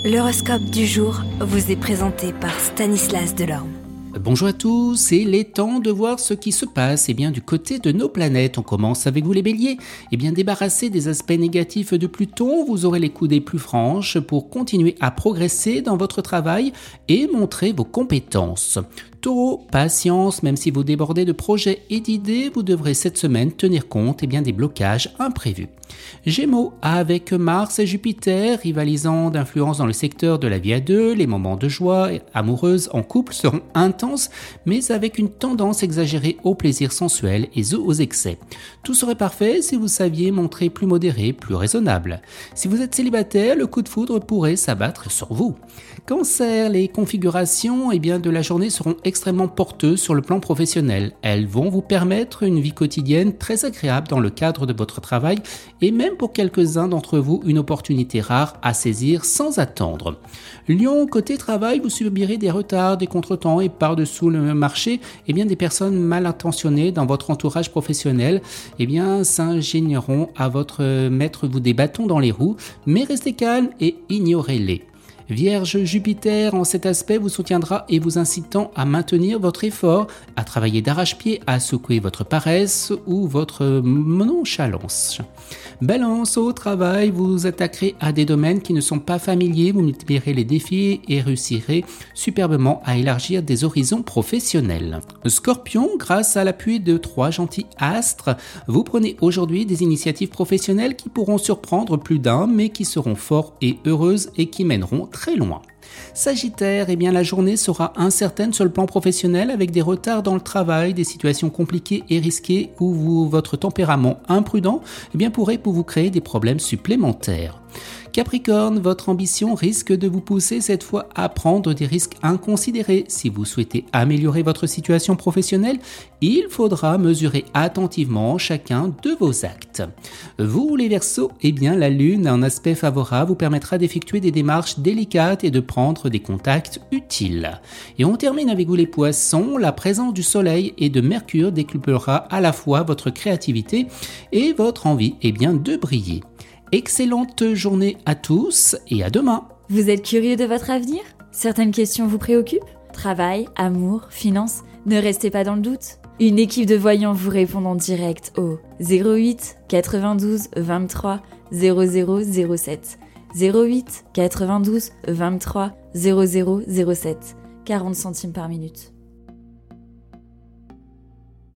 L'horoscope du jour vous est présenté par Stanislas Delorme. Bonjour à tous, il est temps de voir ce qui se passe du côté de nos planètes. On commence avec vous les béliers. Débarrassés des aspects négatifs de Pluton, vous aurez les coudées plus franches pour continuer à progresser dans votre travail et montrer vos compétences. Taureau, patience, même si vous débordez de projets et d'idées, vous devrez cette semaine tenir compte des blocages imprévus. Gémeaux, avec Mars et Jupiter rivalisant d'influence dans le secteur de la vie à deux, les moments de joie amoureuse en couple seront intenses, mais avec une tendance exagérée au plaisir sensuel et aux excès. Tout serait parfait si vous saviez montrer plus modéré, plus raisonnable. Si vous êtes célibataire, le coup de foudre pourrait s'abattre sur vous. Cancer, les configurations de la journée seront extrêmement porteuses sur le plan professionnel. Elles vont vous permettre une vie quotidienne très agréable dans le cadre de votre travail et même pour quelques-uns d'entre vous une opportunité rare à saisir sans attendre. Lion, côté travail, vous subirez des retards, des contretemps et par-dessous le marché, des personnes mal intentionnées dans votre entourage professionnel s'ingénieront à mettre vous des bâtons dans les roues, mais restez calme et ignorez-les. Vierge, Jupiter en cet aspect vous soutiendra et vous incitant à maintenir votre effort, à travailler d'arrache-pied, à secouer votre paresse ou votre nonchalance. Balance, au travail, vous vous attaquerez à des domaines qui ne sont pas familiers, vous multiplierez les défis et réussirez superbement à élargir des horizons professionnels. Scorpion, grâce à l'appui de 3 gentils astres, vous prenez aujourd'hui des initiatives professionnelles qui pourront surprendre plus d'un, mais qui seront forts et heureuses et qui mèneront très loin. Sagittaire, la journée sera incertaine sur le plan professionnel avec des retards dans le travail, des situations compliquées et risquées où votre tempérament imprudent pourrait vous créer des problèmes supplémentaires. Capricorne, votre ambition risque de vous pousser cette fois à prendre des risques inconsidérés. Si vous souhaitez améliorer votre situation professionnelle, il faudra mesurer attentivement chacun de vos actes. Vous, les Verseaux, la Lune, en aspect favorable, vous permettra d'effectuer des démarches délicates et de prendre des contacts utiles. Et on termine avec vous, les Poissons. La présence du Soleil et de Mercure décuplera à la fois votre créativité et votre envie de briller. Excellente journée à tous et à demain. Vous êtes curieux de votre avenir ? Certaines questions vous préoccupent ? Travail, amour, finances ? Ne restez pas dans le doute. Une équipe de voyants vous répond en direct au 08 92 23 0007. 08 92 23 0007. 40 centimes par minute.